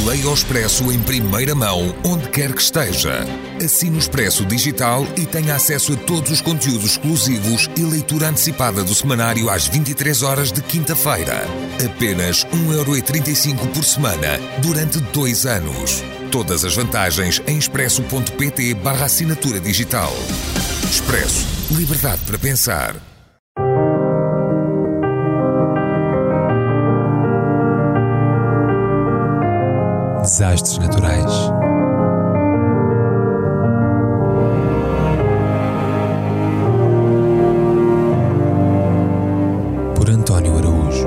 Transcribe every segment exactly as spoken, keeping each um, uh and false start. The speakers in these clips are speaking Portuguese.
Leia o Expresso em primeira mão, onde quer que esteja. Assine o Expresso Digital e tenha acesso a todos os conteúdos exclusivos e leitura antecipada do semanário às vinte e três horas de quinta-feira. Apenas um euro e trinta e cinco por semana, durante dois anos. Todas as vantagens em expresso.pt barra assinatura digital. Expresso. Liberdade para pensar. Desastres naturais. Por António Araújo.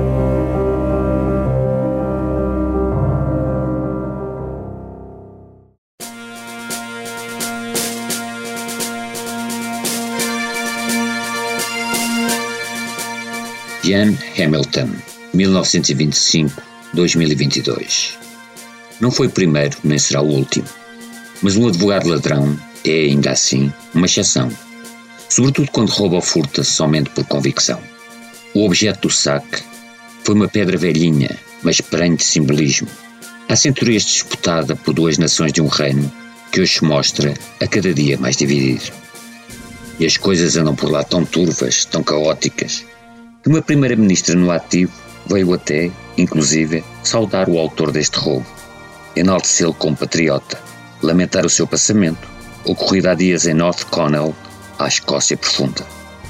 Ian Hamilton, mil novecentos e vinte e cinco a dois mil e vinte e dois. Não foi o primeiro, nem será o último. Mas um advogado ladrão é, ainda assim, uma exceção. Sobretudo quando rouba ou furta somente por convicção. O objeto do saque foi uma pedra velhinha, mas prenhe de simbolismo. Há centurias disputada por duas nações de um reino que hoje se mostra a cada dia mais dividido. E as coisas andam por lá tão turvas, tão caóticas, que uma primeira-ministra no ativo veio até, inclusive, saudar o autor deste roubo, enaltecê-lo como patriota, lamentar o seu passamento, ocorrido há dias em North Connell, à Escócia profunda.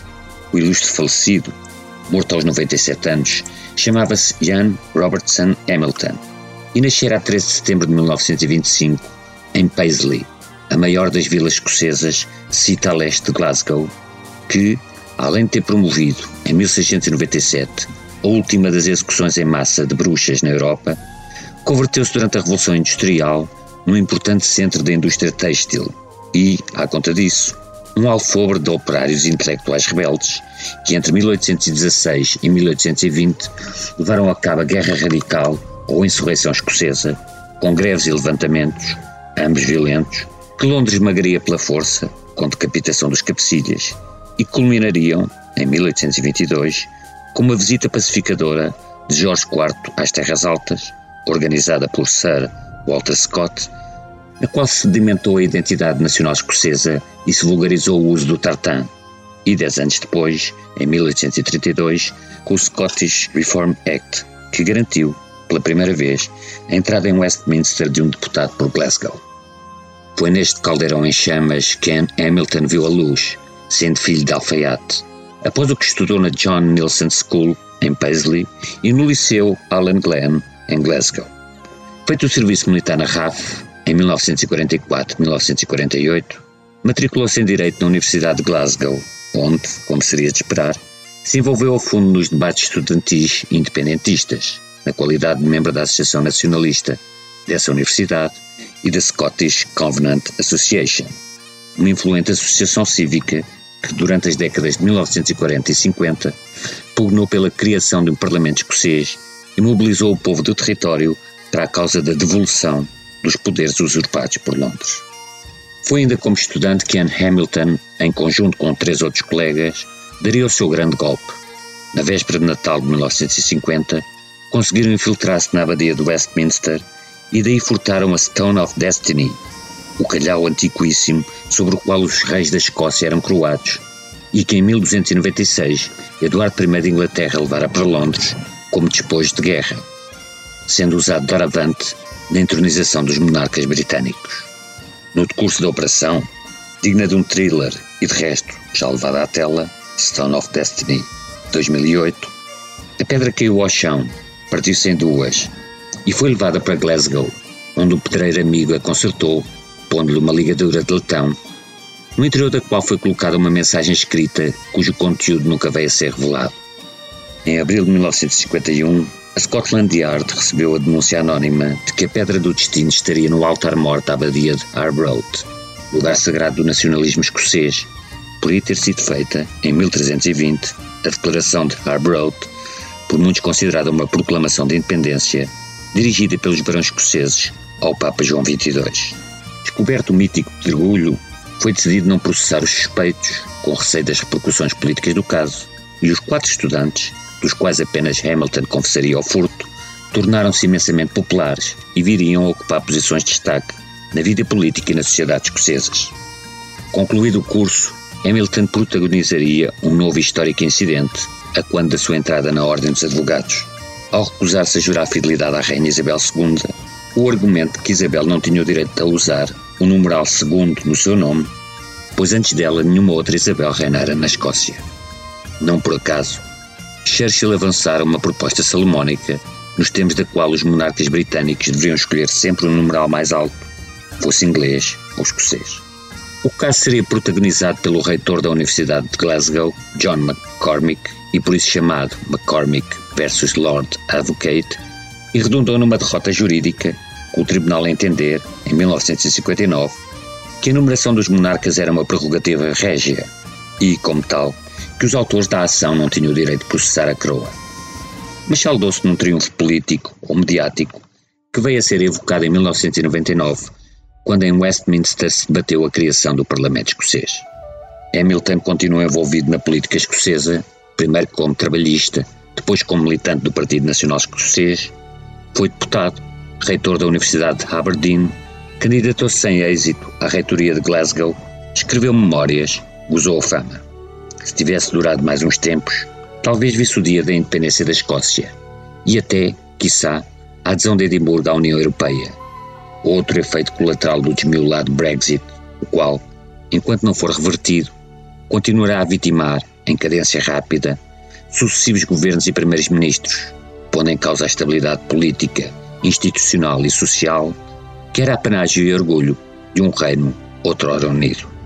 O ilustre falecido, morto aos noventa e sete anos, chamava-se Ian Robertson Hamilton e nascera a treze de setembro de mil novecentos e vinte e cinco em Paisley, a maior das vilas escocesas, cita a leste de Glasgow, que, além de ter promovido, em mil seiscentos e noventa e sete, a última das execuções em massa de bruxas na Europa, converteu-se durante a Revolução Industrial num importante centro da indústria têxtil e, à conta disso, um alfobre de operários e intelectuais rebeldes que entre mil oitocentos e dezasseis e mil oitocentos e vinte levaram a cabo a Guerra Radical ou Insurreição Escocesa, com greves e levantamentos, ambos violentos, que Londres esmagaria pela força, com decapitação dos cabecilhas, e culminariam, em mil oitocentos e vinte e dois, com uma visita pacificadora de Jorge quarto às Terras Altas, organizada por Sir Walter Scott, na qual se sedimentou a identidade nacional escocesa e se vulgarizou o uso do tartan, e dez anos depois, em mil oitocentos e trinta e dois, com o Scottish Reform Act, que garantiu, pela primeira vez, a entrada em Westminster de um deputado por Glasgow. Foi neste caldeirão em chamas que Ian Hamilton viu a luz, sendo filho de alfaiate, após o que estudou na John Neilson School, em Paisley, e no Liceu Allen Glen, em Glasgow. Feito o serviço militar na R A F, em mil novecentos e quarenta e quatro a mil novecentos e quarenta e oito, matriculou-se em Direito na Universidade de Glasgow, onde, como seria de esperar, se envolveu a fundo nos debates estudantis e independentistas, na qualidade de membro da Associação Nacionalista dessa universidade e da Scottish Covenant Association, uma influente associação cívica que, durante as décadas de mil novecentos e quarenta e cinquenta, pugnou pela criação de um parlamento escocês e mobilizou o povo do território para a causa da devolução dos poderes usurpados por Londres. Foi ainda como estudante que Ian Hamilton, em conjunto com três outros colegas, daria o seu grande golpe. Na véspera de Natal de mil novecentos e cinquenta, conseguiram infiltrar-se na abadia de Westminster e daí furtaram a Stone of Destiny, o calhau antiquíssimo sobre o qual os reis da Escócia eram coroados e que em mil duzentos e noventa e seis Eduardo I de Inglaterra levara para Londres como despojo de guerra, sendo usado doravante na entronização dos monarcas britânicos. No decurso da operação, digna de um thriller e de resto já levada à tela, Stone of Destiny, dois mil e oito, a pedra caiu ao chão, partiu-se em duas e foi levada para Glasgow, onde um pedreiro amigo a consertou, pondo-lhe uma ligadura de latão, no interior da qual foi colocada uma mensagem escrita cujo conteúdo nunca veio a ser revelado. Em abril de mil novecentos e cinquenta e um, a Scotland Yard recebeu a denúncia anónima de que a Pedra do Destino estaria no altar-mor da abadia de Arbroath, lugar sagrado do nacionalismo escocês, por aí ter sido feita, em mil trezentos e vinte, a Declaração de Arbroath, por muitos considerada uma proclamação de independência, dirigida pelos barões escoceses ao Papa João vinte e dois. Descoberto o mítico pedregulho, foi decidido não processar os suspeitos, com receio das repercussões políticas do caso, e os quatro estudantes, dos quais apenas Hamilton confessaria ao furto, tornaram-se imensamente populares e viriam a ocupar posições de destaque na vida política e na sociedade escocesas. Concluído o curso, Hamilton protagonizaria um novo histórico incidente a quando da sua entrada na Ordem dos Advogados. Ao recusar-se a jurar fidelidade à Rainha Isabel segunda, o argumento que Isabel não tinha o direito a usar o numeral segundo no seu nome, pois antes dela nenhuma outra Isabel reinara na Escócia. Não por acaso, Churchill avançara uma proposta salomónica nos termos da qual os monarcas britânicos deveriam escolher sempre um numeral mais alto, fosse inglês ou escocês. O caso seria protagonizado pelo reitor da Universidade de Glasgow, John McCormick, e por isso chamado McCormick versus Lord Advocate, e redundou numa derrota jurídica, com o tribunal a entender, em mil novecentos e cinquenta e nove, que a numeração dos monarcas era uma prerrogativa régia e, como tal, que os autores da ação não tinham o direito de processar a coroa. Mas saldou-se num triunfo político ou mediático que veio a ser evocado em mil novecentos e noventa e nove, quando em Westminster se debateu a criação do Parlamento escocês. Hamilton continuou envolvido na política escocesa, primeiro como trabalhista, depois como militante do Partido Nacional Escocês, foi deputado, reitor da Universidade de Aberdeen, candidatou-se sem êxito à reitoria de Glasgow, escreveu memórias, gozou a fama. Se tivesse durado mais uns tempos, talvez visse o dia da independência da Escócia e até, quiçá, a adesão de Edimburgo à União Europeia. Outro efeito colateral do desmiolado Brexit, o qual, enquanto não for revertido, continuará a vitimar, em cadência rápida, sucessivos governos e primeiros-ministros, pondo em causa a estabilidade política, institucional e social, que era apanágio e orgulho de um reino outrora unido.